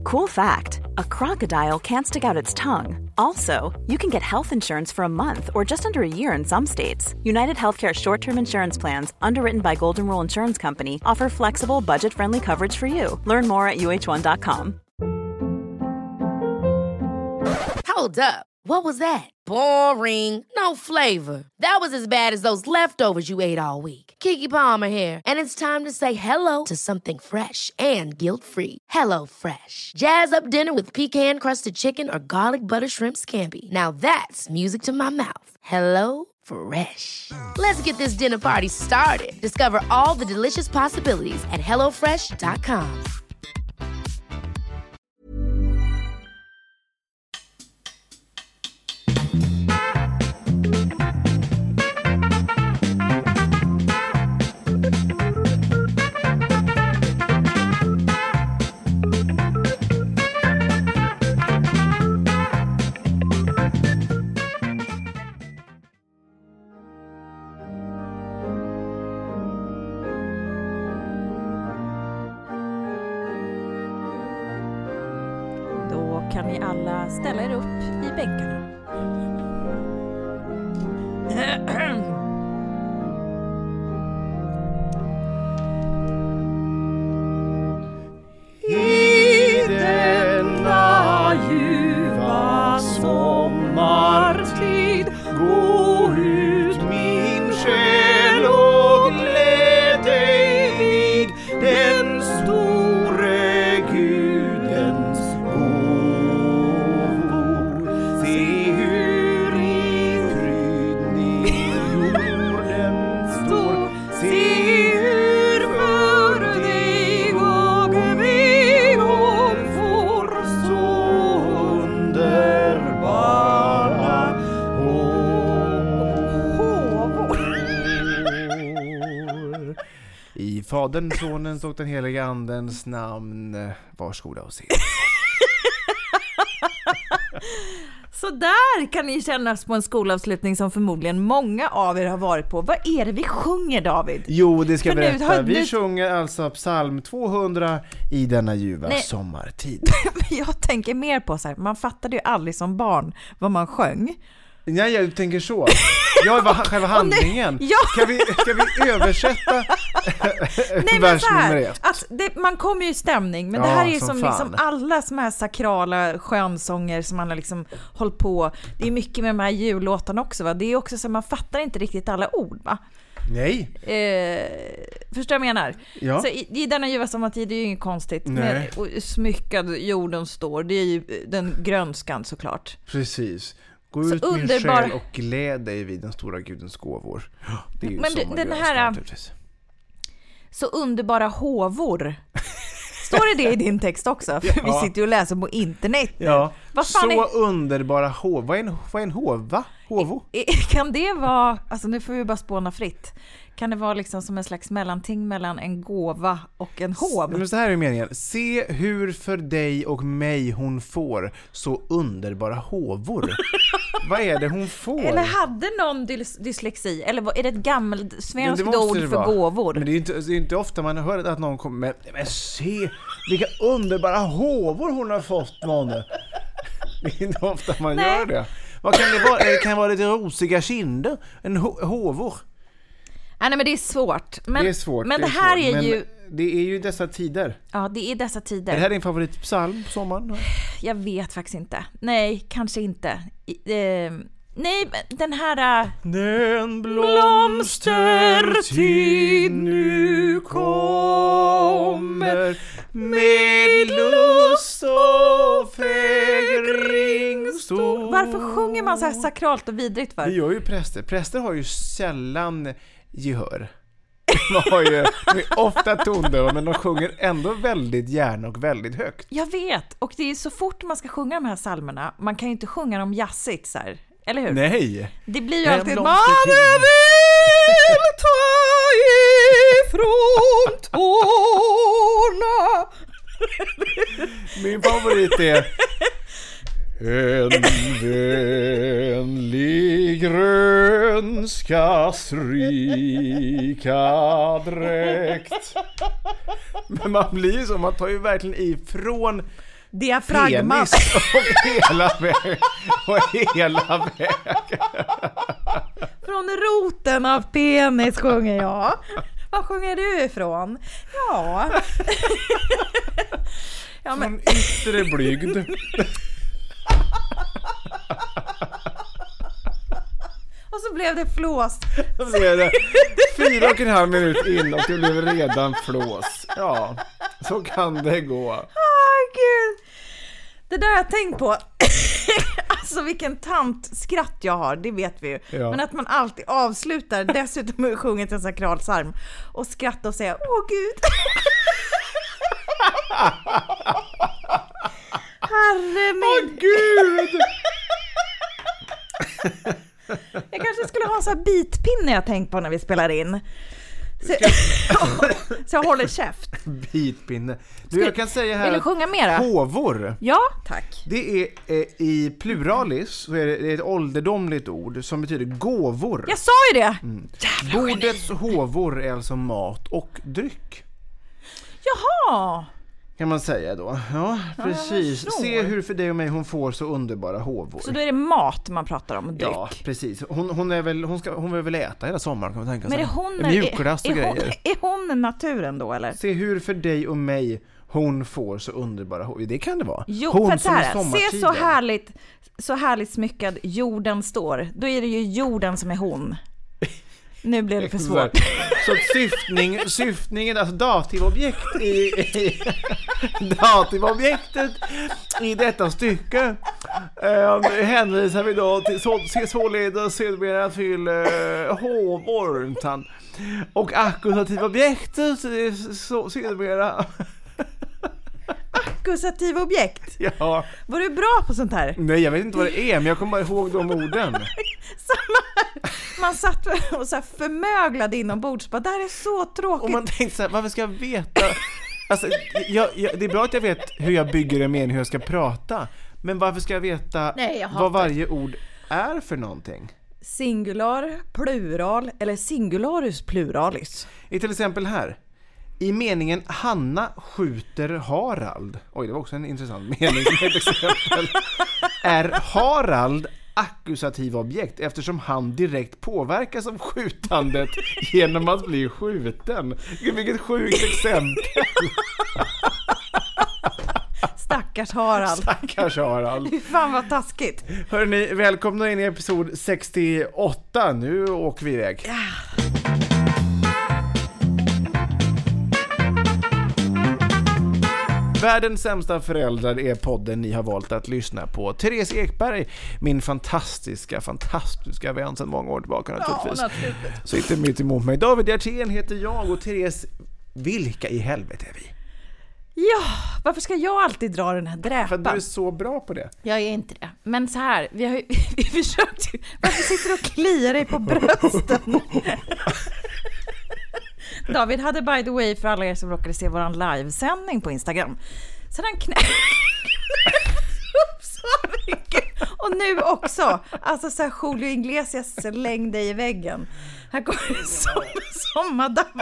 Cool fact, a crocodile can't stick out its tongue. Also, you can get health insurance for a month or just under a year in some states. United Healthcare short-term insurance plans, underwritten by Golden Rule Insurance Company, offer flexible, budget-friendly coverage for you. Learn more at uh1.com. Hold up. What was that? Boring. No flavor. That was as bad as those leftovers you ate all week. Keke Palmer here. And it's time to say hello to something fresh and guilt-free. Hello Fresh. Jazz up dinner with pecan-crusted chicken or garlic butter shrimp scampi. Now that's music to my mouth. Hello Fresh. Let's get this dinner party started. Discover all the delicious possibilities at hellofresh.com. Kan ni alla ställa er upp i bänkarna? I denna ljuva sommartid, gå ut min själ och gläd dig vid den store Gudens gåvor. Se hur i prydning jorden står, se hur furdig och vig hon får, så underbara håvor. I Faderns, Sonens och den heliga Andens namn, varsågoda och se. Så där kan ni kännas på en skolavslutning som förmodligen många av er har varit på. Vad är det vi sjunger, David? Jo, det ska jag För berätta. Vi sjunger alltså psalm 200 i denna ljuva sommartid. Jag tänker mer på så här, man fattade ju aldrig som barn vad man sjöng. Nej, jag tänker så. Jag var själva handlingen. Ska vi översätta vers nummer 1? Att man kommer ju i stämning, men det här är som liksom alla som här sakrala skönsånger som man har liksom hållit på. Det är mycket med de här jullåtarna också, va? Det är också så man fattar inte riktigt alla ord, va? Nej. Förstår jag menar? Ja. Så i denna ljuva sommartid är ju inget konstigt. Men, och smyckad jorden står, det är ju den grönskan såklart. Precis. Gå ut min själ och gläd dig vid den stora Gudens gåvor. Det är ju men den här så underbara håvor. Står det i din text också? För vi sitter ju och läser på internet nu. Ja. Så underbara håv. Vad är en håva? Håvo? Kan det vara, alltså nu får vi bara spåna fritt. Kan det vara liksom som en slags mellanting mellan en gåva och en hov? Men så här är meningen. Se hur för dig och mig hon får så underbara håvor. Vad är det hon får? Eller hade någon dyslexi? Eller är det ett gammalt svenskt ord för gåvor? Men det är inte ofta man hör att någon kommer men se vilka underbara håvor hon har fått, månne. Det är inte ofta man gör det. Vad kan det vara? Det kan vara lite rosiga kinder. En håvor. Nej, men det är svårt. Men, det är svårt. Men det här är men ju... Det är ju dessa tider. Ja, det är dessa tider. Är det här din favoritpsalm på sommaren? Jag vet faktiskt inte. Nej, kanske inte. Nej, den här... Den blomstertid nu kommer med lust och fägring stor. Varför sjunger man så här sakralt och vidrigt för? Det gör ju präster. Präster har ju sällan gehör. De har ju ofta toner, men de sjunger ändå väldigt gärna och väldigt högt. Jag vet, och det är så fort man ska sjunga de här psalmerna, man kan ju inte sjunga dem jazzigt så här, eller hur? Nej. Det blir ju alltid man vill ta ifrån tårna. Min favorit är en vänlig grönskas rika dräkt. Men man blir så, man tar ju verkligen ifrån diafragman. Penis och hela vägen. Från roten av penis sjunger jag. Var sjunger du ifrån? Ja. Ja, men... Från yttre blygd. Och så blev det flås. Så blev det 4,5 minut in och det blev redan flås. Ja, så kan det gå. Gud. Det där har jag tänkt på. Alltså vilken tantskratt jag har, det vet vi ju. Ja. Men att man alltid avslutar dessutom med att sjunga en sakralpsalm och skratta och säga åh gud. Herre min. Åh gud. Jag kanske skulle ha en sån här bitpinne jag tänkt på när vi spelar in. Så jag håller käft. Bitpinne. Du, jag kan säga här. Vill du sjunga mera? Håvor. Ja, tack. Det är i pluralis så är det ett ålderdomligt ord som betyder gåvor. Jag sa ju det. Bordets håvor är alltså mat och dryck. Jaha. Kan man säga då. Ja, precis. Se hur för dig och mig hon får så underbara håvor. Så då är det mat man pratar om, dryck. Ja, precis. Hon vill väl äta hela sommaren kan man tänka sig. Men är hon mjukglass och grejer. Är hon naturen då eller? Se hur för dig och mig hon får så underbara håvor. Det kan det vara. Jo, hon för som här, är sommartiden. se så härligt smyckad jorden står. Då är det ju jorden som är hon. Nu blir det för svårt. Så syftningen, alltså dativobjektet i detta stycke hänvisar vi då till således sedermera till håvor. Och akkusativobjektet sedermera akkusativa objekt. Ja. Var du bra på sånt här? Nej, jag vet inte vad det är, men jag kommer bara ihåg de orden. Man satt och så här förmöglade inombords. Bara, det här är så tråkigt. Och man tänkte så här, varför ska jag veta? Alltså, det är bra att jag vet hur jag bygger en mening, hur jag ska prata. Men varför ska jag veta vad varje ord är för någonting? Singular, plural eller singularus pluralis. I till exempel här. I meningen Hanna skjuter Harald. Oj, det var också en intressant mening som ett exempel. Är Harald akkusativ objekt eftersom han direkt påverkas av skjutandet genom att bli skjuten. Vilket sjukt exempel. Stackars Harald. Stackars Harald. Fy fan vad taskigt. Hörrni, välkomna in i episod 68. Nu åker vi iväg. Ja. Världens sämsta föräldrar är podden ni har valt att lyssna på. Therese Ekberg, min fantastiska vän sedan många år tillbaka naturligtvis. Ja, naturligtvis. Sitter mitt emot mig. David Hjertén heter jag och Therese, vilka i helvete är vi? Ja, varför ska jag alltid dra den här dräpan? För att du är så bra på det. Jag är inte det. Men så här, vi försökt ju. Varför sitter du och kliar dig på brösten? David hade by the way, för alla er som råkade se våran livesändning på Instagram, så han knäppte upp så mycket. Och nu också. Alltså så här, Julio Iglesias släng dig i väggen. Här kommer som madame.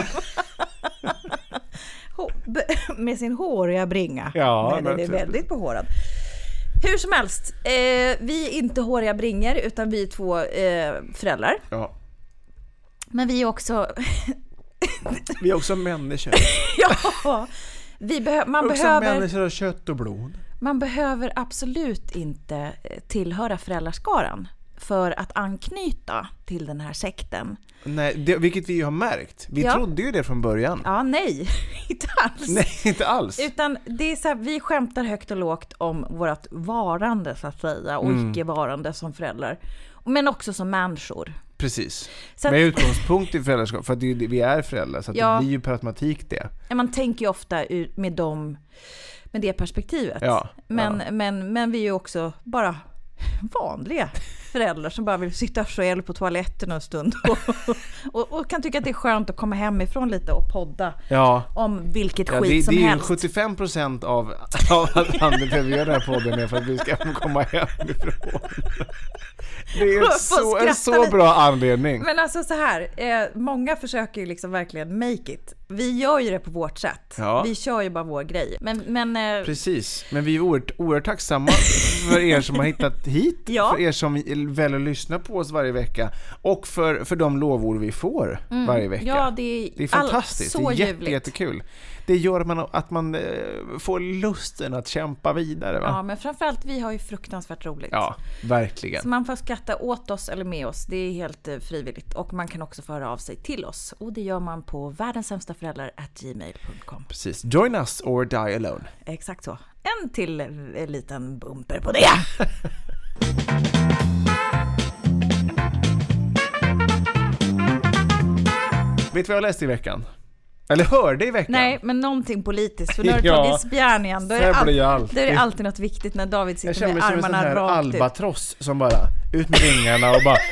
Med sin håriga bringa. Ja, men det är väldigt behårad. Hur som helst, vi är inte håriga bringer utan vi är två föräldrar. Ja. Men vi är också... vi är också människor. Ja, man behöver... människor av kött och blod. Man behöver absolut inte tillhöra föräldraskaran för att anknyta till den här sekten. Nej, vilket vi ju har märkt. Vi trodde ju det från början. Ja, nej, inte alls. Nej, inte alls. Utan det är så här, vi skämtar högt och lågt om vårt varande så att säga och icke-varande som föräldrar. Men också som människor. Precis. Så med utgångspunkt i föräldraskap, för att vi är föräldrar så att det blir ju per automatik det. Man tänker ju ofta med det perspektivet. Ja, men vi är ju också bara vanliga föräldrar som bara vill sitta själv på toaletten en stund och kan tycka att det är skönt att komma hemifrån lite och podda om vilket skit som helst. Det är ju 75% av anledningen till att vi gör den här podden är för att vi ska komma hemifrån. Det är en så bra anledning. Men alltså så här, många försöker ju liksom verkligen make it. Vi gör ju det på vårt sätt. Ja. Vi kör ju bara vår grej. Men precis. Men vi är oerhört tacksamma för er som har hittat hit. Ja. För er som väljer att lyssna på oss varje vecka. Och för de lovord vi får varje vecka. Ja, det är fantastiskt. Så det är jättekul. Det gör att man får lusten att kämpa vidare. Va? Ja, men framförallt vi har ju fruktansvärt roligt. Ja, verkligen. Så man får skratta åt oss eller med oss. Det är helt frivilligt. Och man kan också föra av sig till oss. Och det gör man på världenssämstaföräldrar@gmail.com. Precis. Join us or die alone. Exakt så. En till liten bumper på det. Vet du vad jag läste i veckan? Eller hörde i veckan? Nej, men någonting politiskt. För när du tagit spjärn igen, då är det alltid något viktigt när David sitter med armarna rakt ut. Jag känner mig som en sån här albatross som bara ut med ringarna och bara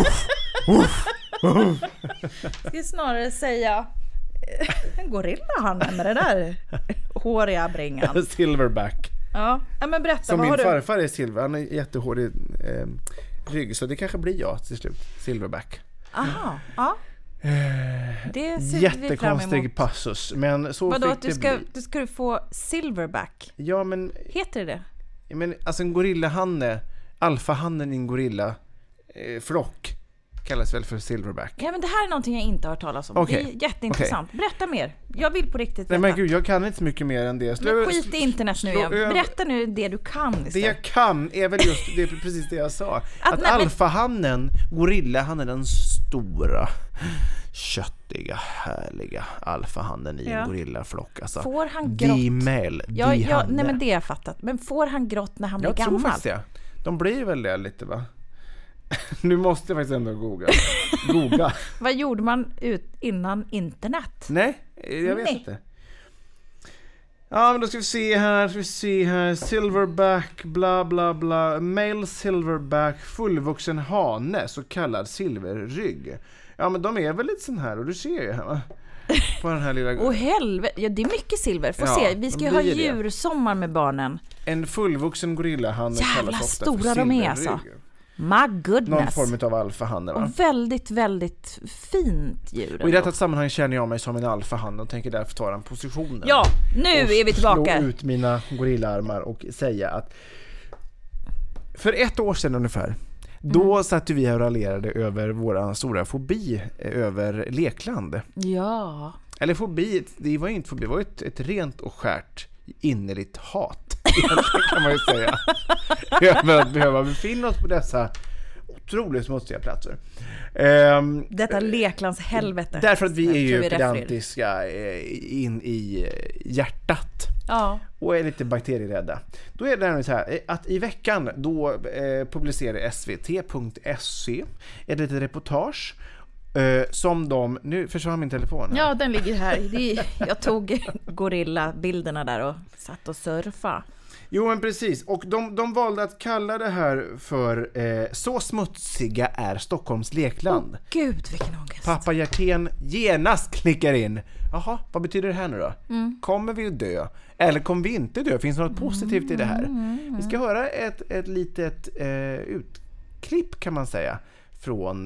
Jag ska snarare säga en gorilla han med det där håriga bringan. Silverback. Ja, men berätta, som vad har min farfar är silver, han är jättehårig rygg, så det kanske blir jag till slut, Silverback. Aha, ja. Det ser jättekonstig passus, men så vadå, fick du ska få Silverback? Ja, men heter det? Ja, men alltså en gorillahanne, alfahannen i en gorilla flock kallas väl för Silverback. Ja, men det här är någonting jag inte har hört talas om. Okay. Det är jätteintressant. Okay. Berätta mer. Jag vill på riktigt veta. Nej, men gud, jag kan inte så mycket mer än det. Men skit i internet nu igen. Berätta nu det du kan istället. Det jag kan är väl just det, precis det jag sa. Att alfahannen, gorillahannen, den stora, köttiga, härliga alfahannen i en gorillaflock. Alltså, får han grått? Nej, men det har jag fattat. Men får han grått när han blir gammal? Jag tror faktiskt det. De blir väl det lite, va? Nu måste jag faktiskt ändå googla. Vad gjorde man innan internet? Nej, jag vet inte. Ja, men då ska vi se här. Silverback, bla bla bla. Male silverback, fullvuxen hane, så kallad silverrygg. Ja, men de är väl lite sån här, och du ser ju här, va? På den här lilla... Åh helvete, ja, det är mycket silver. Får se, vi ska ju ha djursommar med barnen. En fullvuxen gorillahane kallas ofta stora för silverrygg. De är alltså. My goodness. Någon form av alfahanne, va? Och väldigt, väldigt fint djur. Och i detta sammanhang känner jag mig som en alfahanne och tänker därför ta den positionen. Ja, nu är vi tillbaka. Slå ut mina gorillaarmar och säga att för 1 år sedan ungefär, då satt vi här och raljerade över våran stora fobi över lekland. Ja. Eller fobi, det var inte fobi, det var ett rent och skärt innerligt hat. Egentligen kan man ju säga. Över att behöva befinna oss på dessa otroligt smutsiga platser. Detta leklands helvete. Därför att vi är ju pedantiska in i hjärtat. Ja. Och är lite bakterierädda. Då är det så här att i veckan då publicerar svt.se ett litet reportage som de... Nu försvann min telefon här. Ja, den ligger här. Jag tog gorilla-bilderna där och satt och surfa. Jo, men precis. Och de valde att kalla det här för Så smutsiga är Stockholms lekland. Gud, vilken ångest. Pappa Hjertén genast klickar in. Jaha, vad betyder det här nu då? Kommer vi att dö? Eller kommer vi inte dö? Finns det något positivt i det här? Vi ska höra ett litet utklipp, kan man säga, från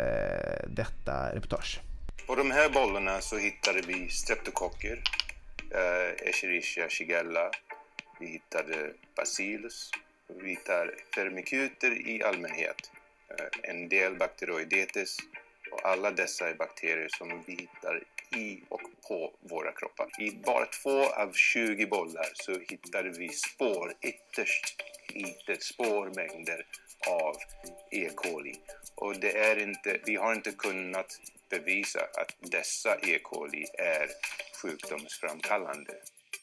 detta reportage. På de här bollarna så hittade vi streptokocker, Escherichia shigella, vi hittade bacillus, vi hittar firmikuter i allmänhet, en del Bacteroidetes, och alla dessa är bakterier som vi hittar i och på våra kroppar. I bara 2 av 20 bollar så hittade vi ytterst lite spårmängder av E. coli. Och vi har inte kunnat bevisa att dessa E. coli är sjukdomsframkallande.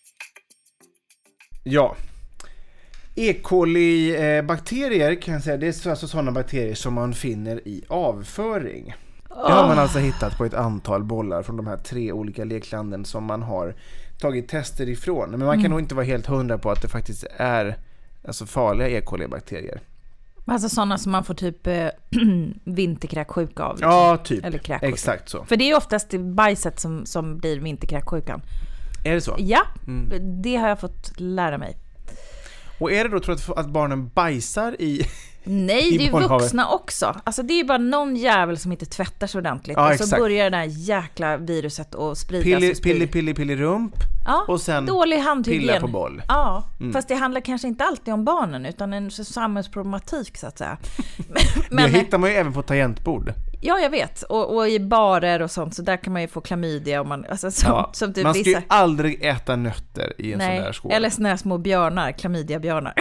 Ja. E. coli-bakterier kan jag säga, det är alltså sådana bakterier som man finner i avföring. Det har man alltså hittat på ett antal bollar från de här 3 olika leklanden som man har tagit tester ifrån. Men man kan nog inte vara helt 100 på att det faktiskt är alltså farliga E. coli-bakterier. Alltså sådana som man får typ vinterkräksjuka av. Liksom. Ja, typ. Eller kräksjuka. Exakt så. För det är oftast bajset som blir vinterkräksjukan. Är det så? Ja, det har jag fått lära mig. Och är det då, tror jag, att barnen bajsar i Nej, det är ju vuxna också. Alltså det är ju bara någon jävel som inte tvättar sig ordentligt. Ja, och så börjar det där jäkla viruset att spridas. Pilli rump. Ja, och sen dålig handhygien. Pilla på boll. Ja, fast det handlar kanske inte alltid om barnen utan en samhällsproblematik så att säga. Men det hittar man ju även på tangentbord. Ja, jag vet. Och i barer och sånt, så där kan man ju få klamydia. Och man, alltså, som typ man ska ju aldrig äta nötter i en sån där skål. Eller såna här små björnar, klamydia-björnar.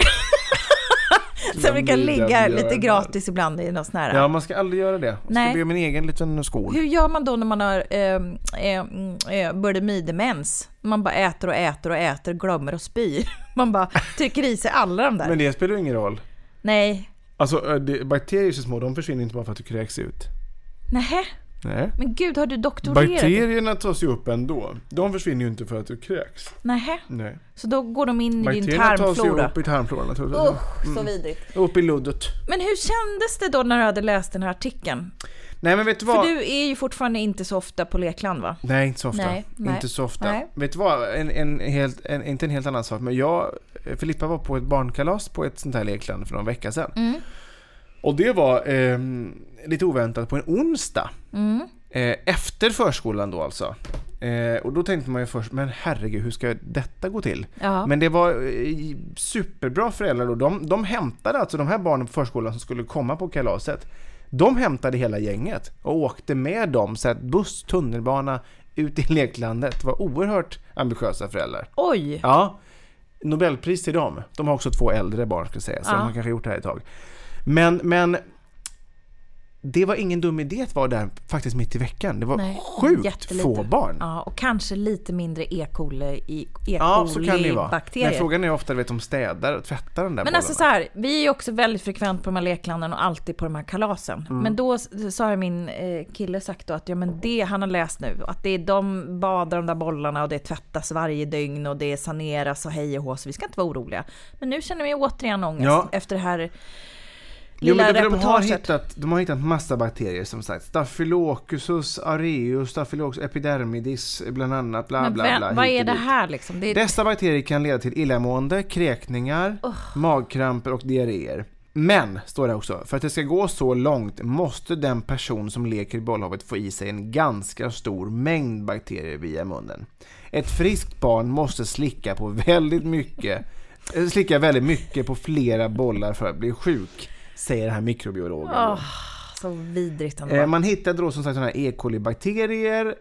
Så vi kan ligga lite gratis ibland i någon sån här. Ja, man ska aldrig göra det. Man ska be om en egen liten skål. Hur gör man då när man har burdemidemens? Man bara äter, glömmer och spyr. Man bara trycker i sig alla de där. Men det spelar ju ingen roll. Nej. Alltså, bakterier så små, de försvinner inte bara för att du kräks ut. Nej. Men gud, har du doktorerat? Bakterierna tas ju upp ändå. De försvinner ju inte för att du kräks. Nej. Så då går de in i din tarmflora. Bakterierna tas ju upp i tarmfloran naturligtvis. Så vidrigt. Upp i luddet. Men hur kändes det då när du hade läst den här artikeln? Nej, men vet du vad? För du är ju fortfarande inte så ofta på lekland, va? Nej, inte så ofta. Nej. Inte så ofta. Nej. Vet du vad? Inte en helt annan sak. Men Filippa var på ett barnkalas på ett sånt här lekland för någon vecka sedan. Och det var lite oväntat på en onsdag. Efter förskolan då alltså. Och då tänkte man ju först, men herregud, hur ska detta gå till? Ja. Men det var superbra föräldrar då. De hämtade alltså de här barnen på förskolan som skulle komma på kalaset. De hämtade hela gänget och åkte med dem så att buss, tunnelbana ut i leklandet. Det var oerhört ambitiösa föräldrar. Oj! Ja, Nobelpris till dem. De har också 2 äldre barn ska säga, så de har kanske gjort det här ett tag. Men det var ingen dum idé att vara där faktiskt mitt i veckan. Det var sjukt få barn. Ja, och kanske lite mindre E. coli så kan det vara. Men frågan är ofta, de städar och tvättar den där. Men alltså så här, vi är ju också väldigt frekvent på de här leklanden och alltid på de här kalasen. Men då så har min kille sagt då att han har läst nu att det är de badar de där bollarna och det tvättas varje dygn och det saneras och hej och hå, så vi ska inte vara oroliga. Men nu känner vi återigen ångest efter det här. De har hittat massa bakterier som sagt. Staphylococcus aureus, Staphylococcus epidermidis bland annat, bla bla bla. Vad är det här liksom? Dessa bakterier kan leda till illamående, kräkningar, magkramper och diarréer. Men, står det också, för att det ska gå så långt måste den person som leker i bollhavet få i sig en ganska stor mängd bakterier via munnen. Ett friskt barn måste slicka väldigt mycket på flera bollar för att bli sjuk, säger den här mikrobiologen. Så vidrigt ändå. Man hittade då som sagt sådana här E. coli-bakterier.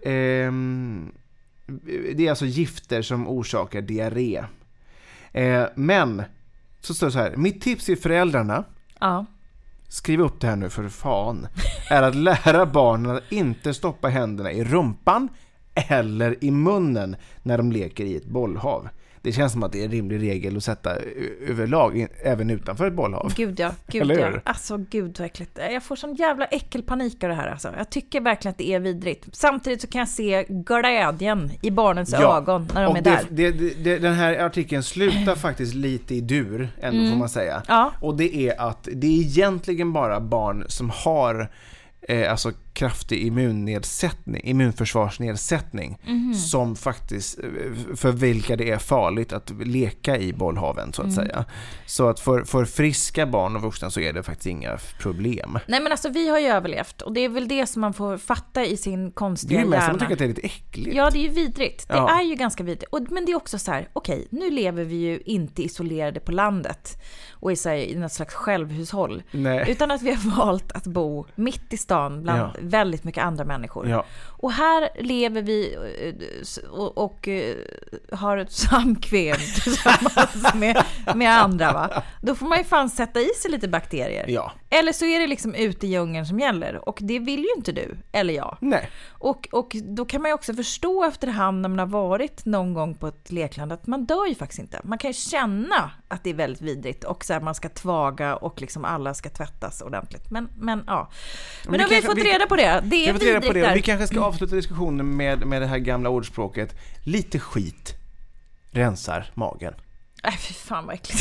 Det är alltså gifter som orsakar diarré. Men så står det så här: mitt tips till föräldrarna, skriv upp det här nu för fan, är att lära barnen att inte stoppa händerna i rumpan eller i munnen när de leker i ett bollhav. Det känns som att det är en rimlig regel att sätta överlag även utanför ett bollhav. Gud ja. Alltså gud så äckligt. Jag får sån jävla äckelpanik av det här alltså. Jag tycker verkligen att det är vidrigt. Samtidigt så kan jag se glädjen i barnens ögon när de är där. Den här artikeln slutar faktiskt lite i dur ändå får man säga. Ja. Och det är att det är egentligen bara barn som har alltså kraftig immunförsvarsnedsättning som faktiskt, för vilka det är farligt att leka i bollhaven så att säga. Så att för friska barn och vuxna så är det faktiskt inga problem. Nej, men alltså vi har ju överlevt och det är väl det som man får fatta i sin konstiga hjärna. Det är ju mest man tycker att det är lite äckligt. Ja, det är ju vidrigt. Det är ju ganska vidrigt. Men det är också så här, okej, nu lever vi ju inte isolerade på landet och i något slags självhushåll. Nej. Utan att vi har valt att bo mitt i stan bland väldigt mycket andra människor. Ja. Och här lever vi och har ett samkväm tillsammans med andra, va? Då får man ju fan sätta i sig lite bakterier. Ja. Eller så är det liksom ute i djungeln som gäller. Och det vill ju inte du, eller jag. Nej. Och då kan man ju också förstå efterhand när man har varit någon gång på ett lekland att man dör ju faktiskt inte. Man kan ju känna att det är väldigt vidrigt och så här, man ska tvaga och liksom alla ska tvättas ordentligt. Men ja. Men har vi fått reda på det. Det är vidrigt där. Vi kanske ska avsluta diskussionen med det här gamla ordspråket. Lite skit rensar magen. Fy fan vad äckligt.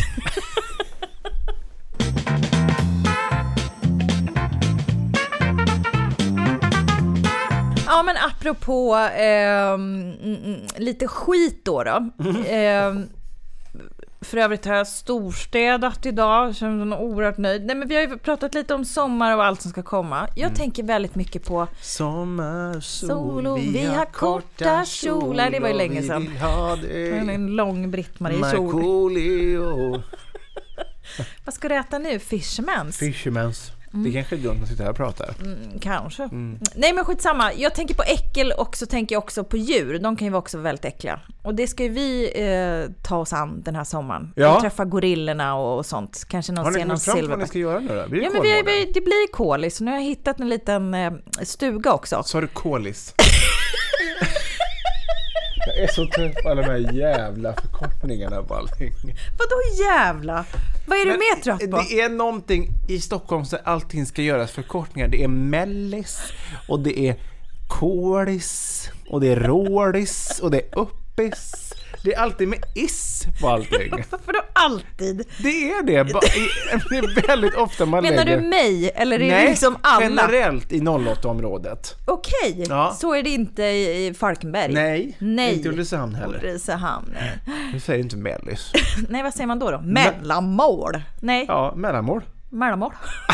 Ja, men apropå lite skit då. För övrigt har jag storstädat idag. Känner mig oerhört nöjd. Nej, men vi har ju pratat lite om sommar och allt som ska komma. Jag tänker väldigt mycket på sommar, sol, vi har korta kjolar. Det var ju länge sedan. En lång Britt-Marie-kjol. Vad ska du äta nu? Fishermans. Det kanske är dumt att sitta här och prata. Kanske. Nej, men skitsamma. Jag tänker på äckel och så tänker jag också på djur. De kan ju också vara väldigt äckliga. Och det ska ju vi ta oss an den här sommaren. Ja. Vi träffar gorillorna och sånt. Kanske någon sen någon silver. Vad ni ska göra nu då? Blir det det blir kolis. Så nu har jag hittat en liten stuga också. Så har du kolis? Jag är så trött på alla de här jävla förkortningarna på allting. Vadå jävla? Vad är du mer trött på? Det är någonting i Stockholm där allting ska göras förkortningar. Det är mellis och det är kolis och det är rålis och det är uppis. Det är alltid med is på allting. Varför då alltid? Det är det. Det är väldigt ofta man menar lägger... du mig eller är det liksom alla? Generellt i 08-området. Okej, så är det inte i Falkenberg. Nej. Inte Ulricehamn heller. Ulricehamn. Du säger inte mellis. Nej, vad säger man då? Mellanmål. Nej. Ja, mellanmål. Mellanmål.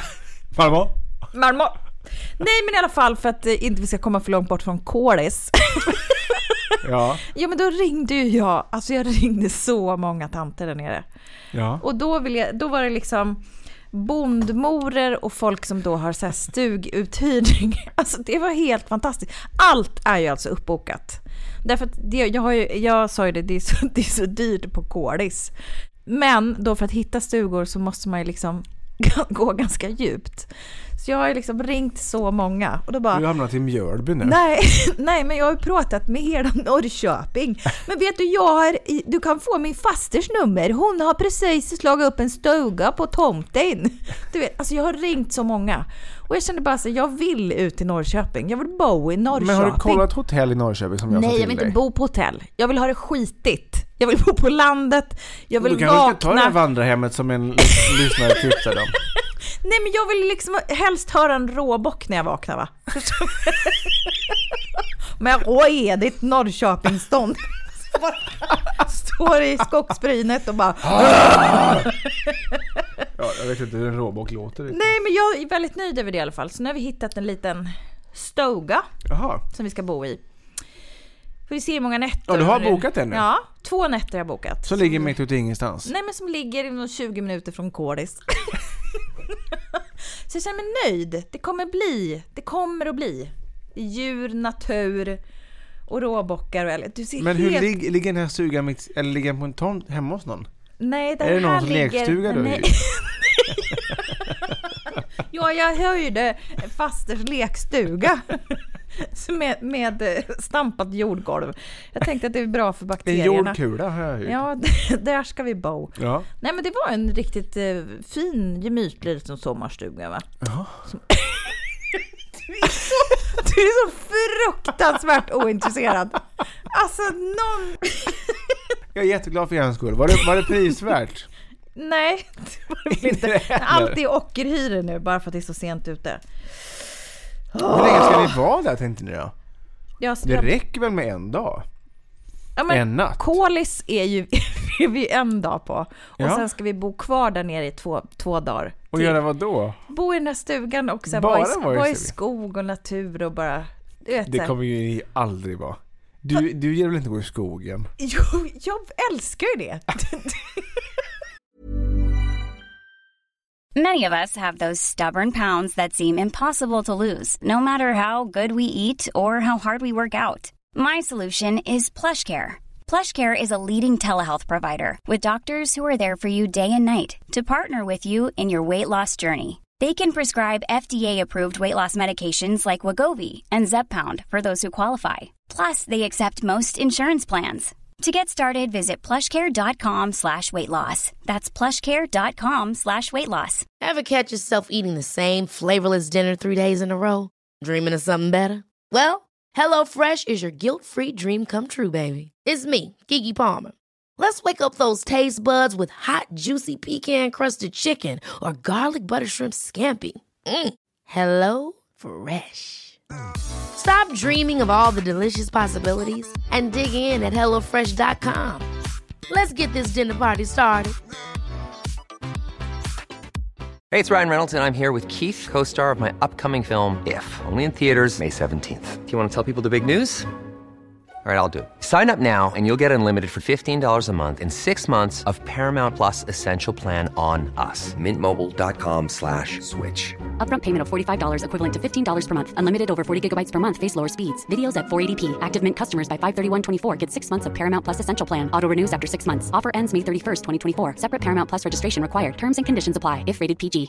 Nej, men i alla fall för att inte vi ska komma för långt bort från kolis. Ja. Ja, men då ringde ju jag. Alltså jag ringde så många tanter där nere. Ja. Och då var det liksom bondmorer och folk som då har så här stuguthyrning. Alltså det var helt fantastiskt. Allt är ju alltså uppbokat. Därför att jag sa ju det är så dyrt på kolis. Men då för att hitta stugor så måste man ju liksom gå ganska djupt. Så jag har ju liksom ringt så många och då bara... Du har hamnat i Mjölby nu. Nej, men jag har ju pratat med hela Norrköping. Men vet du, du kan få min fasters nummer. Hon har precis slagit upp en stuga på tomten. Du vet, alltså jag har ringt så många. Och jag kände bara så jag vill ut till Norrköping. Jag vill bo i Norrköping. Men har du kollat hotell i Norrköping som jag sa till dig? Nej, jag vill inte bo på hotell. Jag vill ha det skitigt. Jag vill bo på landet. Jag vill vakna. Du kan ta det här vandrarhemmet som en lyssnare tipsade om. Nej, men jag vill liksom helst höra en råbock när jag vaknar, va? Men är det ett Norrköpingstånd? Står i skogsbrynet och bara... Ja, jag vet inte hur en råbock låter. Nej, men jag är väldigt nöjd över det i alla fall. Så nu har vi hittat en liten stuga som vi ska bo i. Får vi se hur många nätter. Ja, du har bokat den nu? Ja, 2 nätter har jag bokat. Som ligger mitt ute ingenstans? Nej, men som ligger inom 20 minuter från Kårdis. Så jag känner mig nöjd. Det kommer att bli djur, natur och råbockar. Du ser men hur ligger den här stugan mitt, eller ligger den på en tomt hemma hos någon? Nej, är det någons lekstuga du? Ja, jag höjde fasters lekstuga med stampat jordgolv. Jag tänkte att det är bra för bakterierna. En jordkula har jag hört. Ja, där ska vi bo. Ja. Nej, men det var en riktigt fin, gemytlig liten sommarstuga, va? Ja. Du är så fruktansvärt ointresserad. Alltså, Jag är jätteglad för hans skull. Var det prisvärt? Nej, det var det inte. Allt är ockerhyror nu, bara för att det är så sent ute. Hur länge ska ni vara där, tänkte ni då? Det räcker väl med en dag? Ja, men en natt? Kolis är vi en dag på. Och sen ska vi bo kvar där nere i två dagar. Och göra vad då? Bo i den här stugan och vara i skog och natur och bara... Det kommer ju aldrig vara. Du ger väl inte gå i skogen? Jo, jag älskar ju det. Many of us have those stubborn pounds that seem impossible to lose, no matter how good we eat or how hard we work out. My solution is PlushCare. PlushCare is a leading telehealth provider with doctors who are there for you day and night to partner with you in your weight loss journey. They can prescribe FDA-approved weight loss medications like Wegovy and Zepbound for those who qualify. Plus, they accept most insurance plans. To get started, visit plushcare.com/weightloss. That's plushcare.com/weightloss. Ever catch yourself eating the same flavorless dinner 3 days in a row? Dreaming of something better? Well, HelloFresh is your guilt-free dream come true, baby. It's me, Keke Palmer. Let's wake up those taste buds with hot, juicy pecan-crusted chicken or garlic butter shrimp scampi. Hello Fresh. Stop dreaming of all the delicious possibilities and dig in at HelloFresh.com. Let's get this dinner party started. Hey, it's Ryan Reynolds, and I'm here with Keith, co-star of my upcoming film, If, only in theaters May 17th. Do you want to tell people the big news? All right, I'll do it. Sign up now and you'll get unlimited for $15 a month and 6 months of Paramount Plus Essential Plan on us. MintMobile.com/switch. Upfront payment of $45 equivalent to $15 per month. Unlimited over 40 gigabytes per month. Face lower speeds. Videos at 480p. Active Mint customers by 531.24 get 6 months of Paramount Plus Essential Plan. Auto renews after 6 months. Offer ends May 31st, 2024. Separate Paramount Plus registration required. Terms and conditions apply if rated PG.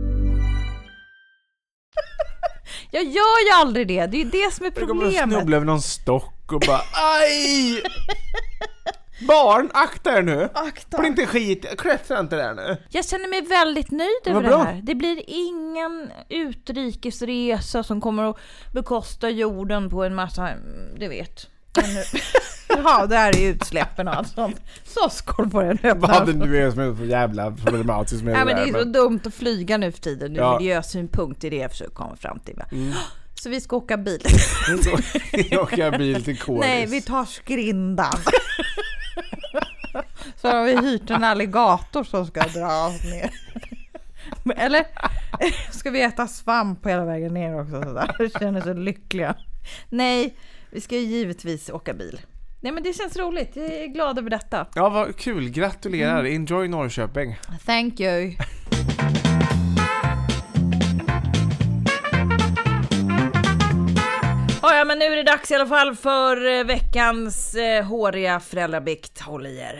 Jag gör ju aldrig det. Det är ju det som är problemet. Du kommer snubbla över någon stock och bara aj! Barn, akta er nu. Får inte skit, klättra inte där nu. Jag känner mig väldigt nöjd över det här. Det blir ingen utrikesresa som kommer att bekosta jorden på en massa, du vet. Ja, det här är utsläppen och allt sånt. Så skål på den. Vad du är som är så jävla problematisk med det. Ja, men det är så dumt att flyga nu för tiden. Nu miljösynpunkt är det jag försöker komma fram till. Så vi ska åka bil. Vi åker bil till Kåris. Nej, vi tar skrindan. Så har vi hyrt en alligator som ska dra oss ner. Eller ska vi äta svamp på hela vägen ner också? Jag känner så lyckliga. Nej, vi ska ju givetvis åka bil. Nej, men det känns roligt. Jag är glad över detta. Ja, vad kul. Gratulerar. Enjoy Norrköping. Thank you. Ja, men nu är det dags i alla fall för veckans håriga föräldrabikt. Håll i er.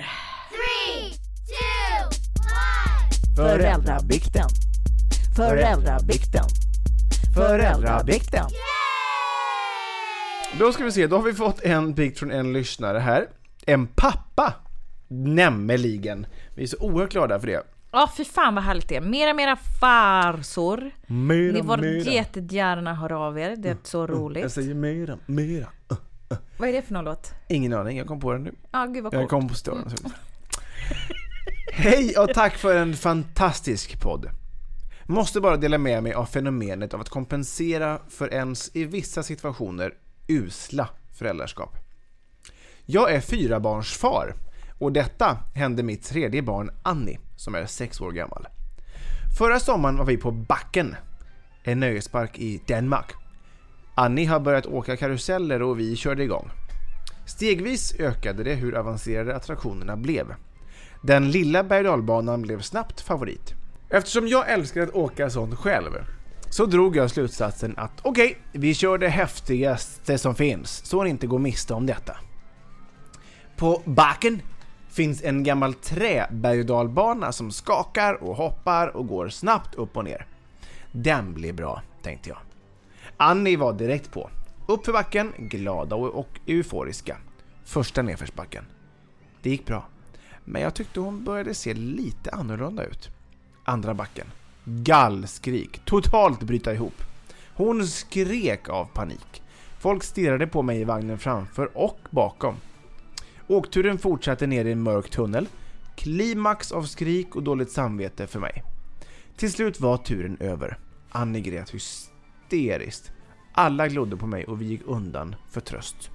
3, 2, 1. Föräldrabikten. Föräldrabikten. Föräldrabikten. Då ska vi se, då har vi fått en bikt från en lyssnare här. En pappa, nämligen. Vi är så oerhört glada för det. Ja, för fan vad härligt det är. Mera farsor. Ni var jättegärna hör av er. Det är så roligt. Jag säger mera. Vad är det för någon låt? Ingen aning, jag kom på den nu. Ja, gud vad coolt. Jag kom på stören. Hej och tack för en fantastisk podd. Måste bara dela med mig av fenomenet av att kompensera för ens i vissa situationer usla föräldraskap. Jag är 4-barnsfar och detta hände mitt 3:e barn Annie som är 6 år gammal. Förra sommaren var vi på Backen, en nöjespark i Danmark. Annie har börjat åka karuseller och vi körde igång. Stegvis ökade det hur avancerade attraktionerna blev. Den lilla berg-och-dalbanan blev snabbt favorit. Eftersom jag älskar att åka sånt själv så drog jag slutsatsen att okej, vi kör det häftigaste som finns så ni inte går miste om detta. På Backen finns en gammal träberg-och-dalbana som skakar och hoppar och går snabbt upp och ner. Den blir bra, tänkte jag. Annie var direkt på. Upp för backen, glada och euforiska. Första nedförsbacken. Det gick bra. Men jag tyckte hon började se lite annorlunda ut. Andra backen. Gallskrik. Totalt bryta ihop. Hon skrek av panik. Folk stirrade på mig i vagnen framför och bakom. Åkturen fortsatte ner i en mörk tunnel. Klimax av skrik och dåligt samvete för mig. Till slut var turen över. Annie grät hysteriskt. Alla glodde på mig och vi gick undan för tröst.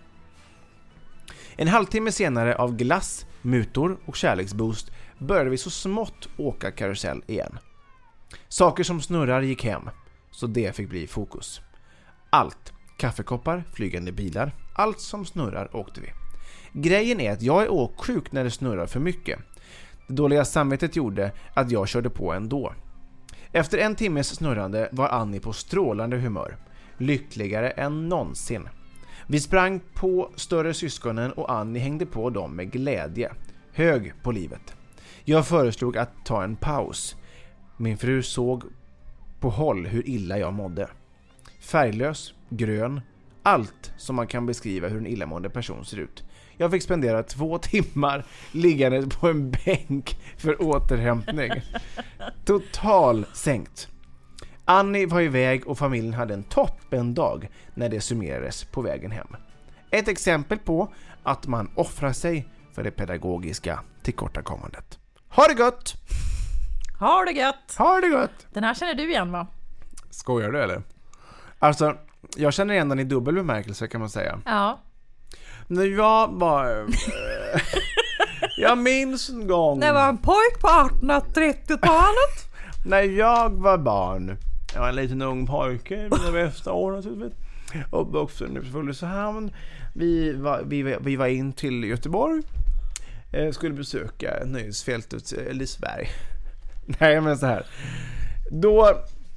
En halvtimme senare av glass, mutor och kärleksboost började vi så smått åka karusell igen. Saker som snurrar gick hem, så det fick bli fokus. Allt, kaffekoppar, flygande bilar, allt som snurrar åkte vi. Grejen är att jag är åksjuk när det snurrar för mycket. Det dåliga samvetet gjorde att jag körde på ändå. Efter en timmes snurrande var Annie på strålande humör. Lyckligare än någonsin. Vi sprang på större syskonen och Annie hängde på dem med glädje. Hög på livet. Jag föreslog att ta en paus. Min fru såg på håll hur illa jag mådde. Färglös, grön, allt som man kan beskriva hur en illamående person ser ut. Jag fick spendera 2 timmar liggande på en bänk för återhämtning. Total sänkt. Annie var iväg och familjen hade en toppendag när det summerades på vägen hem. Ett exempel på att man offrar sig för det pedagogiska tillkortakommandet. Ha det gott! Ha det gött! Ha det gott! Den här känner du igen, va? Skojar du eller? Alltså, jag känner igen den i dubbel bemärkelse kan man säga. Ja. När jag var... Jag minns en gång. Det var en pojk på 1830-talet. När jag var barn. Jag var en liten ung pojke i mina bästa år naturligtvis. Uppvuxen i Ulricehamn. Vi var in till Göteborg. Skulle besöka nöjesfältet Liseberg. Nej, men så här. Då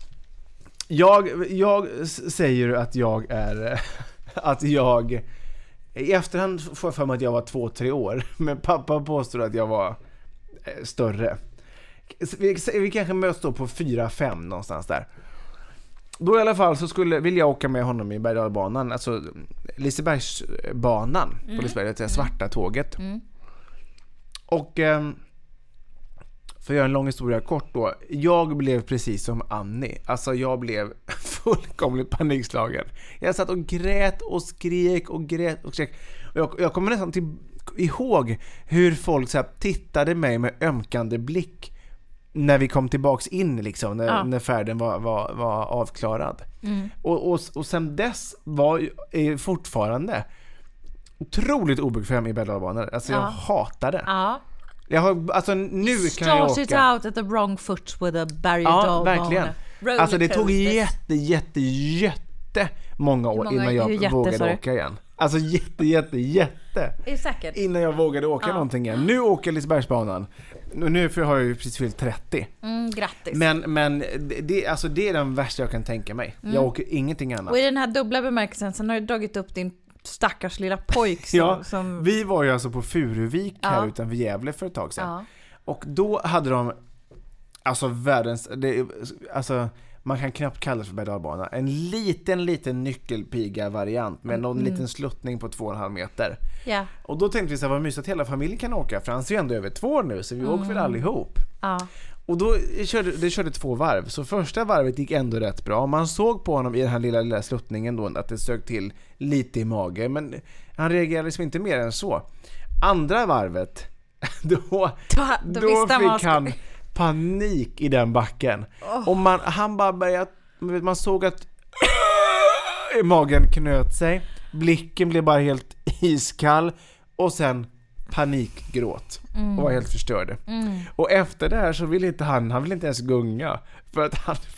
jag säger att jag är i efterhand får jag för mig att jag var 2-3 år, men pappa påstår att jag var större. Vi kanske möts då på 4-5 någonstans där. Då i alla fall så vill jag åka med honom i Bergdalbanan, alltså Lisebergsbanan på Liseberg, det svarta tåget. Och för att göra en lång historia kort då, jag blev precis som Annie. Alltså jag blev fullkomligt panikslagen. Jag satt och grät och skrek och grät och skrek. Och jag kommer nästan ihåg hur folk så här tittade mig med ömkande blick när vi kom tillbaks in liksom, när färden var avklarad. Och sen dess är fortfarande otroligt obekväm i Bergdalbanan. Alltså jag hatar det. Jag har, alltså nu kan jag åka. Started out at the wrong foot with a berg-och-dalbana. Verkligen. Alltså det tog jätte många år innan jag vågade åka igen. Alltså jätte. Är det säkert? Innan jag vågade åka någonting igen. Nu åker Lisebergsbanan. Nu har jag ju precis fyllt 30. Grattis. Men det är den värsta jag kan tänka mig. Jag åker ingenting annat. Och i den här dubbla bemärkelsen så har du dragit upp din stackars lilla pojk som... Vi var ju alltså på Furuvik här utanför Gävle för ett tag sedan. Och då hade de alltså världens man kan knappt kalla det för berg-och-dalbana. En liten nyckelpiga-variant med någon liten sluttning på 2,5 meter. Yeah. Och då tänkte vi så här, vad mysigt att hela familjen kan åka, för han är ju ändå över 2 år nu, så vi åker väl allihop. Och då körde 2 varv. Så första varvet gick ändå rätt bra. Man såg på honom i den här lilla sluttningen då att det sög till lite i magen, men han reagerade liksom inte mer än så. Andra varvet då fick han panik i den backen. Och han bara började, man såg att magen knöt sig, blicken blev bara helt iskall och sen panikgråt och var helt förstörd. Och efter det här så ville inte han vill inte ens gunga för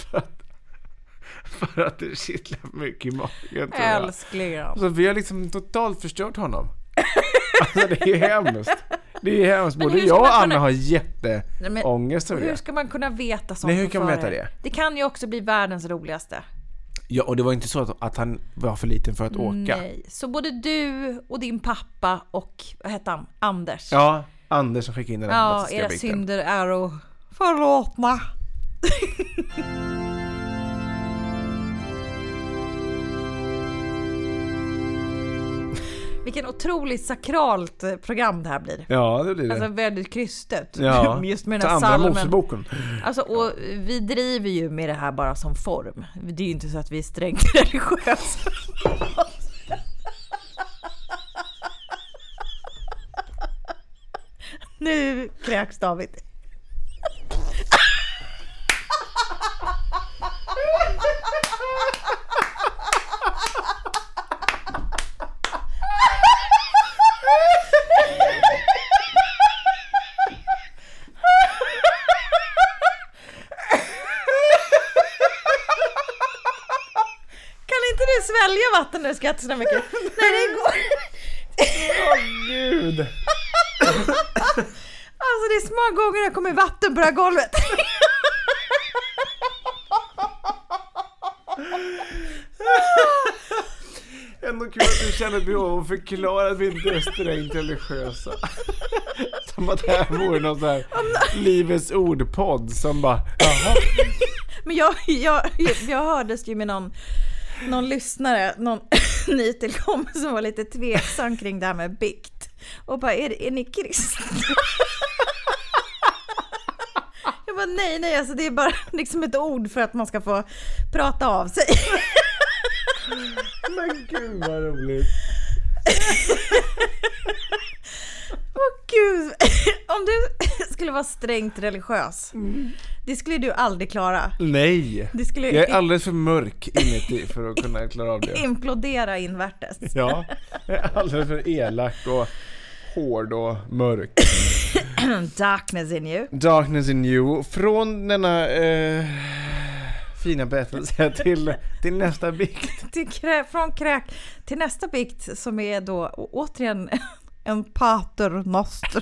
att det kittlar mycket i magen. Älskling. Så vi har liksom totalt förstört honom. Alltså det är hemskt. Det är hemskt. Både jag och Anna har jätteångest över det. Hur ska man kunna veta sånt? Nej, hur kan man veta det? Det kan ju också bli världens roligaste. Ja, och det var inte så att han var för liten för att åka. Nej, så både du och din pappa och, vad heter han? Anders. Ja, Anders som skickade in den här era synder är och förlåtna. Vilken otroligt sakralt program det här blir. Ja, det blir det. Alltså väldigt krystet. Ja, just med den här andra Moseboken. Alltså, och vi driver ju med det här bara som form. Det är ju inte så att vi är strängt religiösa. Nu kräks David. Svälja vatten när du skrattar så mycket. Nej, det går. Gud. Alltså det är små gånger jag kommer vatten på det här golvet. Ändå kul att du känner behov av att förklara att vi inte är strängt religiösa. Som att det här vore någon sån här livets ordpodd som bara, jaha. Men jag hördes ju med någon lyssnare, någon nytillkommen som var lite tveksam kring det här med bikt. Och bara, är ni kristna? Jag bara, nej, alltså det är bara liksom ett ord för att man ska få prata av sig. Men gud vad roligt. Gud, om du skulle vara strängt religiös, det skulle du aldrig klara. Nej, jag är alldeles för mörk inuti för att kunna klara av det. Implodera invärtes. Ja, jag är alldeles för elak och hård och mörk. Darkness in you. Darkness in you. Från denna fina berättelse till nästa bikt. Från kräk till nästa bikt som är då återigen en paternoster.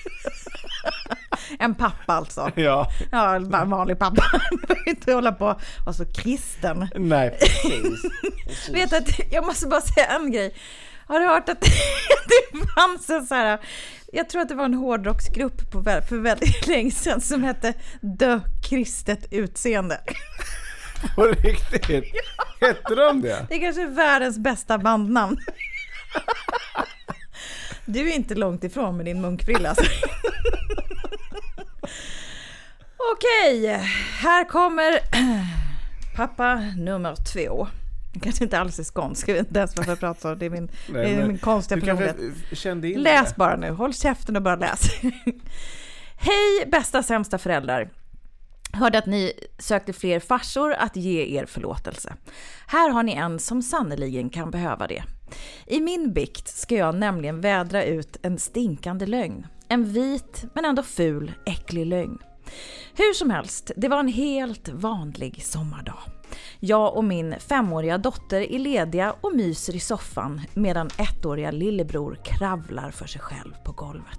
En pappa alltså. Ja, en vanlig pappa. Behöver inte hålla på och vara så kristen. Nej, precis. Vet att jag måste bara säga en grej. Har du hört att det fanns en så här, jag tror att det var en hårdrocksgrupp för väldigt länge sedan som hette The Kristet Utseende. På riktigt? Ja. Heter de det? Det är kanske världens bästa bandnamn. Du är inte långt ifrån med din munkbrilla. Alltså. Okej, här kommer pappa nummer 2. Kanske inte alls är skånsk, jag vet inte ens varför jag pratar så. Det är min konstiga personlighet. Läs bara nu, håll käften och bara läs. Hej bästa sämsta föräldrar. Hörde att ni sökte fler farsor att ge er förlåtelse. Här har ni en som sannoliken kan behöva det. I min bikt ska jag nämligen vädra ut en stinkande lögn. En vit men ändå ful, äcklig lögn. Hur som helst, det var en helt vanlig sommardag. Jag och min 5-åriga dotter är lediga och myser i soffan medan 1-åriga lillebror kravlar för sig själv på golvet.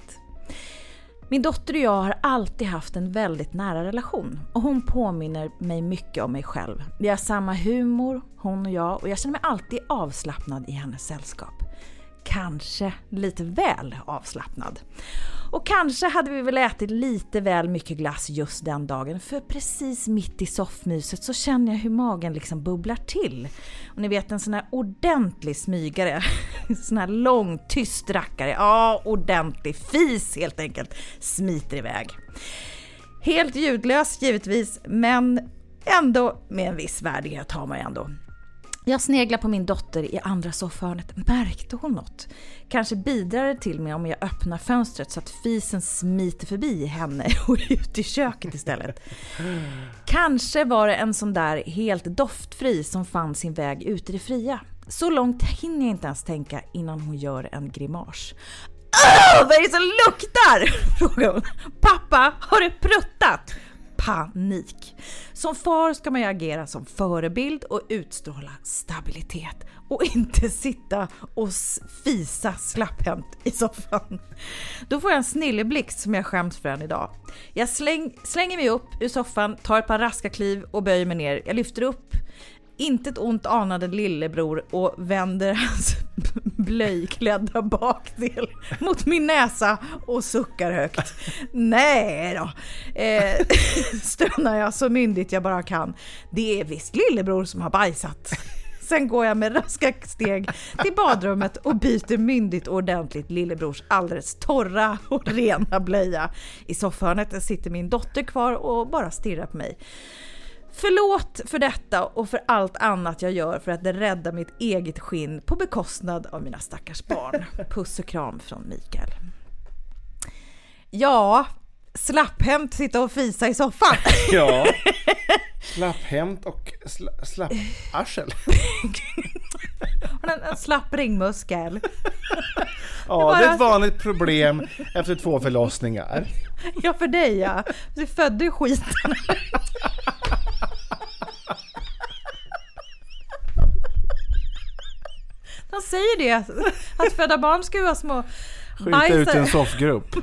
Min dotter och jag har alltid haft en väldigt nära relation och hon påminner mig mycket om mig själv. Vi har samma humor, hon och jag känner mig alltid avslappnad i hennes sällskap. Kanske lite väl avslappnad. Och kanske hade vi väl ätit lite väl mycket glass just den dagen. För precis mitt i soffmyset så känner jag hur magen liksom bubblar till. Och ni vet en sån här ordentlig smygare. Sån här lång, tyst rackare. Ja, ordentlig fis helt enkelt. Smiter iväg. Helt ljudlös givetvis. Men ändå med en viss värdighet har man ändå. Jag sneglar på min dotter i andra soffhörnet. Märkte hon något? Kanske bidrar det till mig om jag öppnar fönstret så att fisen smiter förbi henne och ut i köket istället. Kanske var det en sån där helt doftfri som fann sin väg ut i det fria. Så långt hinner jag inte ens tänka innan hon gör en grimas. Vad är det som luktar? Frågar hon. Pappa, har du pruttat? Panik. Som far ska man ju agera som förebild och utstråla stabilitet och inte sitta och fisa slapphänt i soffan. Då får jag en snilleblixt som jag skäms för än idag. Jag slänger mig upp ur soffan, tar ett par raska kliv och böjer mig ner. Jag lyfter upp inte ett ont anade lillebror och vänder hans blöjklädda bakdel mot min näsa och suckar högt. Nej då, stönar jag så myndigt jag bara kan. Det är visst lillebror som har bajsat. Sen går jag med raska steg till badrummet och byter myndigt och ordentligt lillebrors alldeles torra och rena blöja. I soffhörnet sitter min dotter kvar och bara stirrar på mig. Förlåt för detta och för allt annat jag gör för att rädda mitt eget skinn på bekostnad av mina stackars barn. Puss och kram från Mikael. Ja, slapphämt sitta och fisa i soffan. Ja, slapphämt och slapparsel. En slapp ringmuskel. Ja, det är ett vanligt problem efter 2 förlossningar. Ja, för dig ja. Du födde ju skiten. De säger det, att födda barn ska ju vara små bajsare. Skjuta ut en soffgrupp.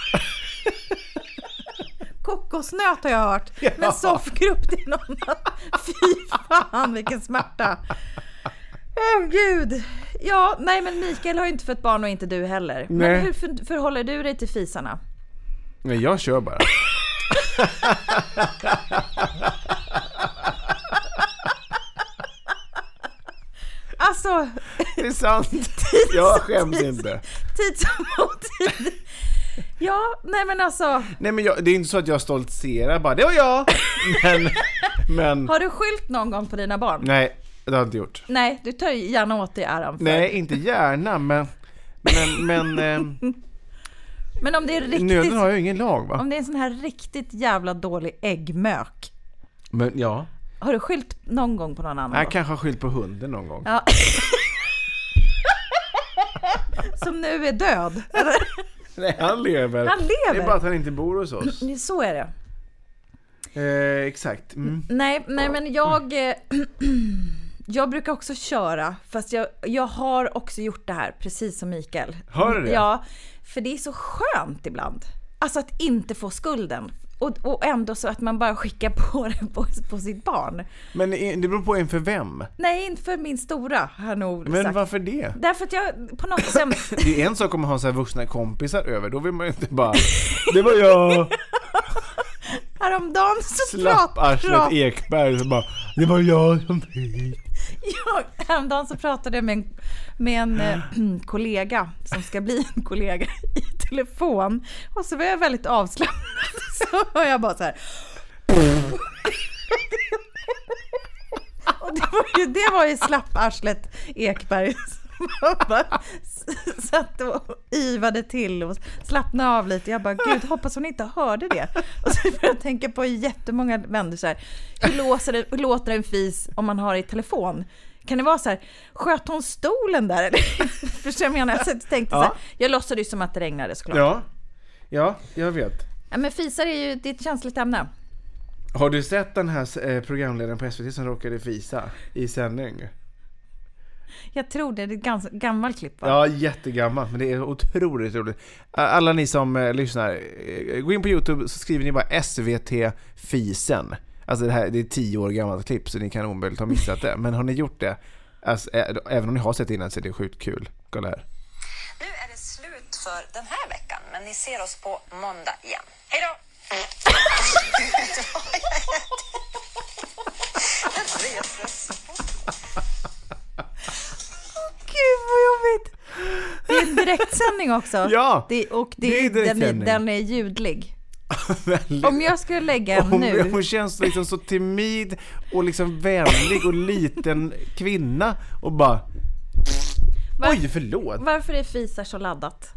Kokosnöt har jag hört. Ja. Men soffgrupp, det är någon annat. Fy fan, vilken smärta. Åh gud. Ja, nej men Mikael har ju inte fått barn och inte du heller. Nej. Men hur förhåller du dig till fisarna? Nej, jag kör bara. Alltså, det är sant. Jag skäms inte. Tid som tid. Ja, nej men alltså. Nej men det är inte så att jag stoltserar bara. Det var jag. Men har du skylt någon gång på dina barn? Nej, det har jag inte gjort. Nej, du tar gärna åt dig äran för. Nej, inte gärna, men men om det är riktigt. Nöden har ju ingen lag, va? Om det är en sån här riktigt jävla dålig äggmök. Men ja. Har du skylt någon gång på någon annan? Jag kanske har skylt på hunden någon gång. Ja. Som nu är död. Nej, han lever. Han lever. Det är bara att han inte bor hos oss. Så är det. Exakt. Nej, men jag brukar också köra, fast jag har också gjort det här precis som Mikael. Har du det? Ja, för det är så skönt ibland. Alltså att inte få skulden. Och ändå så att man bara skickar på det på sitt barn. Men det beror på inför vem? Nej, inte för min stora, har nog Men sagt. varför det? Därför att jag på något sätt... Det är en sak om man har så här vuxna kompisar över. Då vill man ju inte bara... Det var jag... Häromdagen så Slapparslet Ekberg så bara... Det var jag som fick. Häromdagen så pratade jag med en kollega som ska bli en kollega i telefon. Och så var jag väldigt avslappnad. Så var jag bara så här... Och det var ju slapparslet Ekberg som bara satt och yvade till och slappnade av lite. Jag bara, gud, hoppas hon inte hörde det. Och så får jag tänka på jättemånga vänner så här, hur låter en fis om man har i telefon? Kan det vara så här, sköt hon stolen där? För jag menar, jag tänkte så här, jag låtsade ju som att det regnade såklart. Ja, jag vet. Ja, men fisar är ju ett känsligt ämne. Har du sett den här programledaren på SVT som råkade fisa i sändning? Jag tror det är ett ganska gammalt klipp, va? Ja, jättegammalt, men det är otroligt roligt. Alla ni som lyssnar, gå in på YouTube så skriver ni bara SVT Fisen. Alltså det är 10 år gammalt klipp, så ni kan omöjligt ha missat det. Men har ni gjort det, alltså, även om ni har sett innan, så är det sjukt kul. Kolla här. Nu är det slut för den här veckan, men ni ser oss på måndag igen. Hej då! Gud vad jobbigt. Det är en direktsändning också. Ja, den är ljudlig. Om jag skulle lägga en nu. Hon känns liksom så timid och liksom vänlig och liten kvinna och bara oj, förlåt. Varför är fisar så laddat?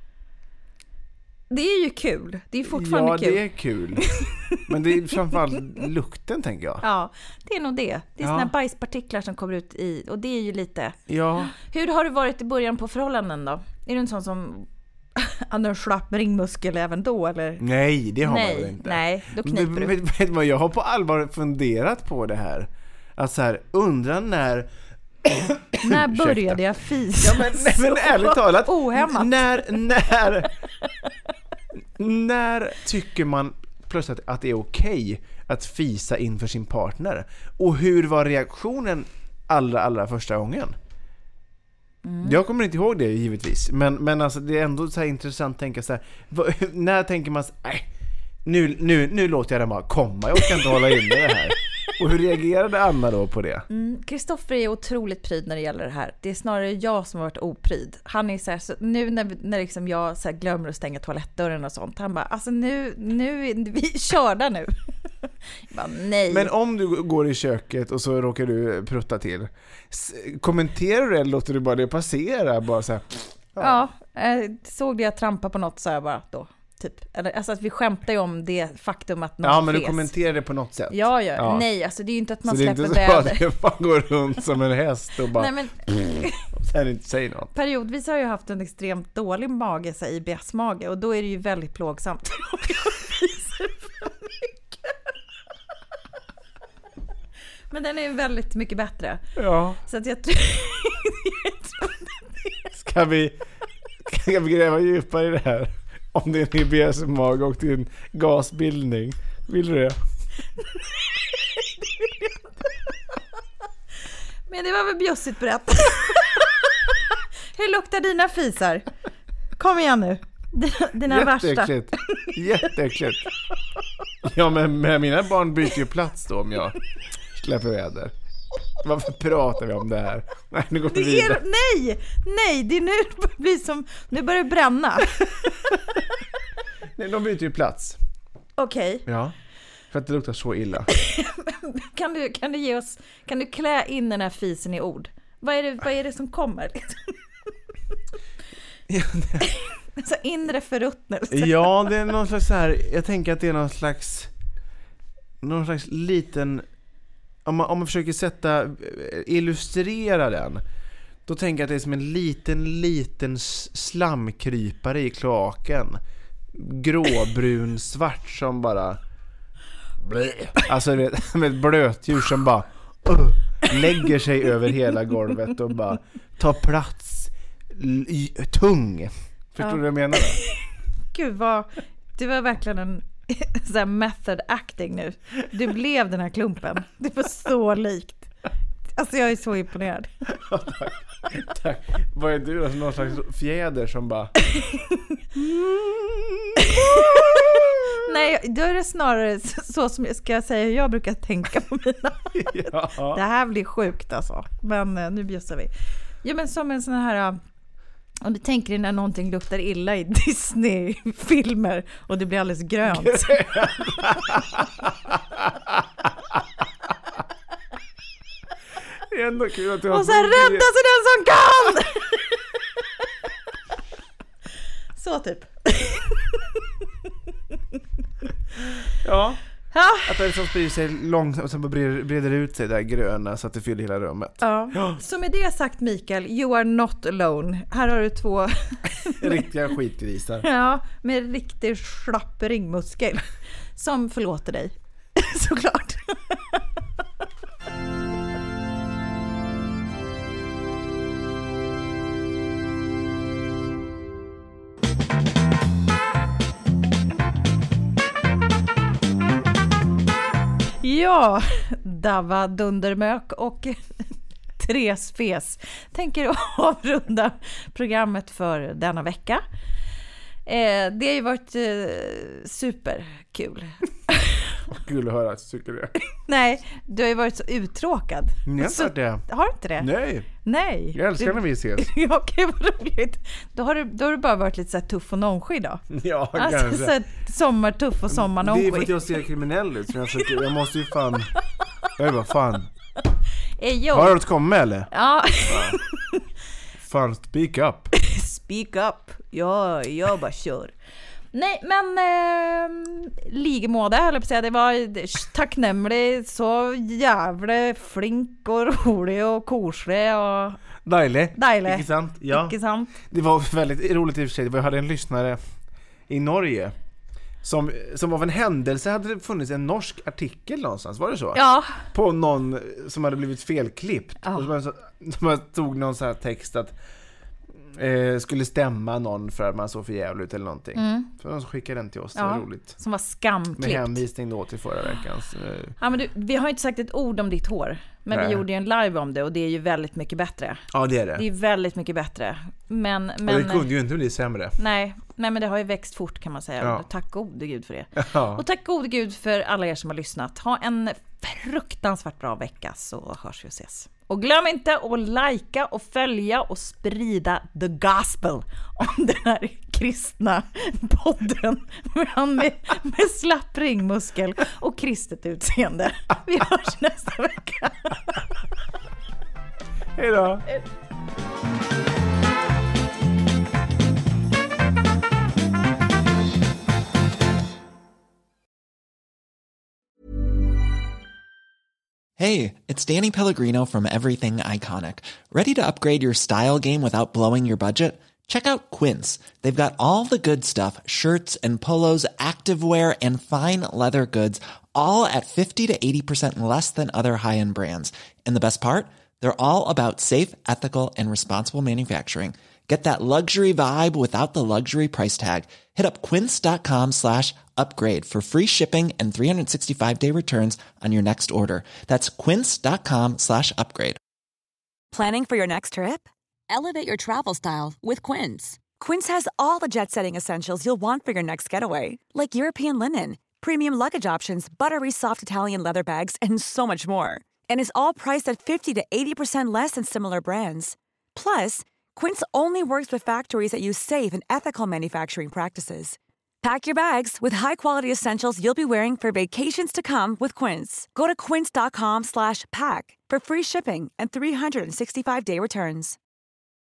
Det är ju kul. Det är fortfarande kul. Ja, det är kul. Men det är framförallt lukten, tänker jag. Ja, det är nog det. Det är såna här bajspartiklar som kommer ut i. Och det är ju lite... Ja. Hur har du varit i början på förhållanden då? Är du en sån som... hade en slapp ringmuskel även då, eller? Nej, det har man väl inte. Nej, då kniper du. Vet du vad, jag har på allvar funderat på det här. Att så här, undrar när... När började jag fisa? Ja, men ärligt talat, ohämmat. När tycker man plötsligt att det är okej att fisa inför sin partner? Och hur var reaktionen allra första gången? Jag kommer inte ihåg det givetvis, men alltså det är ändå så här intressant att tänka så här, när tänker man så, nu låter jag den bara komma, jag kan inte hålla inne det här. Och hur reagerade Anna då på det? Kristoffer är otroligt pryd när det gäller det här. Det är snarare jag som har varit opryd. Han är så här, så nu när liksom jag så här glömmer att stänga toalettdörren och sånt. Han bara, alltså nu vi körda nu. Jag bara, nej. Men om du går i köket och så råkar du prutta till, kommenterar du eller låter du bara det passera? Bara så här, ja, såg det jag trampa på något så jag bara då. Typ. Eller, alltså att vi skämtar ju om det faktum att någon men fes. du kommenterar det på något sätt. Ja. Nej, alltså det är ju inte att man så släpper väder. Så det är inte så att man går runt som en häst och bara... Nej, men... och sen inte säger något. Periodvis har jag haft en extremt dålig mage, så IBS-mage, och då är det ju väldigt plågsamt. Och jag fiser för mycket. Men den är väldigt mycket bättre. Ja. Så att jag tror Ska vi gräva djupare i det här? Om det är en IBS-mage och till en gasbildning. Vill du det? Nej, det vill jag inte. Men det var väl bjussigt berättat. Hur luktar dina fisar? Kom igen nu. Dina värsta. Jätteäckligt. Ja, men mina barn byter ju plats då om jag släpper väder. Varför pratar vi om det här? Nej, nu går vi vidare. Nej, det är nu det blir som... Nu börjar det bränna. Nej, de byter ju plats. Okej. Ja, för att det luktar så illa. Kan du klä in den här fisen i ord? Vad är det som kommer? Så inre förruttnelse. Ja, det är någon slags så här, jag tänker att det är någon slags liten, om man försöker illustrera den, Då tänker jag att det är som en liten slamkrypare i kloaken. Gråbrun, svart som bara... Alltså med ett blötdjur som bara lägger sig över hela golvet och bara tar plats. Tung. Förstår du vad jag menar då? Gud, det var verkligen en så här method acting nu. Du blev den här klumpen. Det var så likt. Alltså jag är så imponerad. Tack. Vad är du då? Någon slags fjäder som bara... Nej, då är det snarare så som jag ska säga hur jag brukar tänka på mina. Ja. Det här blir sjukt alltså. Men nu bjussar vi. Ja, men som en sån här... Om du tänker dig när någonting luktar illa i Disney-filmer och det blir alldeles grönt. Och så rädda sig den som kan! Så typ. Ja. Att det som sprider sig långsamt och sen breder ut sig där gröna så att det fyller hela rummet. Ja. Så med det sagt, Mikael, you are not alone. Här har du 2 riktiga skitgrisar. Ja, med riktigt slapp ringmuskel som förlåter dig. Såklart. Ja, Dava Dundermök och Therese Fes tänker avrunda programmet för denna vecka. Det har ju varit superkul. Kul att höra att du tycker det. Nej, du har ju varit så uttråkad. Så, det. Har du inte det? Nej. Jag älskar när vi ses. Ja, okej, vad roligt. Då har du bara varit lite så här tuff och nonskig då. Ja, alltså, kanske. Så sommartuff och sommarnonskig. Det är för att jag ser kriminell ut. Jag måste ju fan... Jag är bara fan. Har du något att komma med eller? Ja. Fan, speak up. Speak up. Ja, jag bara kör. Nej, men ligemåde, höll jag på att säga. Det var tacknämlig, så jävla flink och rolig och korslig och... Dejlig. Inte sant? Ja. Inte sant? Det var väldigt roligt i och för sig. Jag hade en lyssnare i Norge som av en händelse hade det funnits en norsk artikel någonstans, var det så? Ja. På någon som hade blivit felklippt. Ja. Och som tog någon sån här text att skulle stämma någon för att man såg för jävligt ut eller någonting. Så de skickade den till oss, det var roligt. Som var skamklippt. Med hänvisning då till förra veckans. Ja, men vi har ju inte sagt ett ord om ditt hår. Men vi gjorde ju en live om det och det är ju väldigt mycket bättre. Ja, det är det. Det är väldigt mycket bättre. Men det kunde ju inte bli sämre. Nej, men det har ju växt fort kan man säga. Ja. Tack gode Gud för det. Ja. Och tack gode Gud för alla er som har lyssnat. Ha en fruktansvärt bra vecka, så hörs vi och ses. Och glöm inte att likea och följa och sprida the gospel om den här kristna podden med slapp ringmuskel och kristet utseende. Vi hörs nästa vecka. Hej då. Hey, it's Danny Pellegrino from Everything Iconic. Ready to upgrade your style game without blowing your budget? Check out Quince. They've got all the good stuff, shirts and polos, activewear, and fine leather goods, all at 50 to 80% less than other high-end brands. And the best part? They're all about safe, ethical, and responsible manufacturing. Get that luxury vibe without the luxury price tag. Hit up quince.com/upgrade for free shipping and 365-day returns on your next order. That's quince.com/upgrade. Planning for your next trip? Elevate your travel style with Quince. Quince has all the jet-setting essentials you'll want for your next getaway, like European linen, premium luggage options, buttery soft Italian leather bags, and so much more. And is all priced at 50 to 80% less than similar brands. Plus, Quince only works with factories that use safe and ethical manufacturing practices. Pack your bags with high-quality essentials you'll be wearing for vacations to come with Quince. Go to quince.com/pack for free shipping and 365-day returns.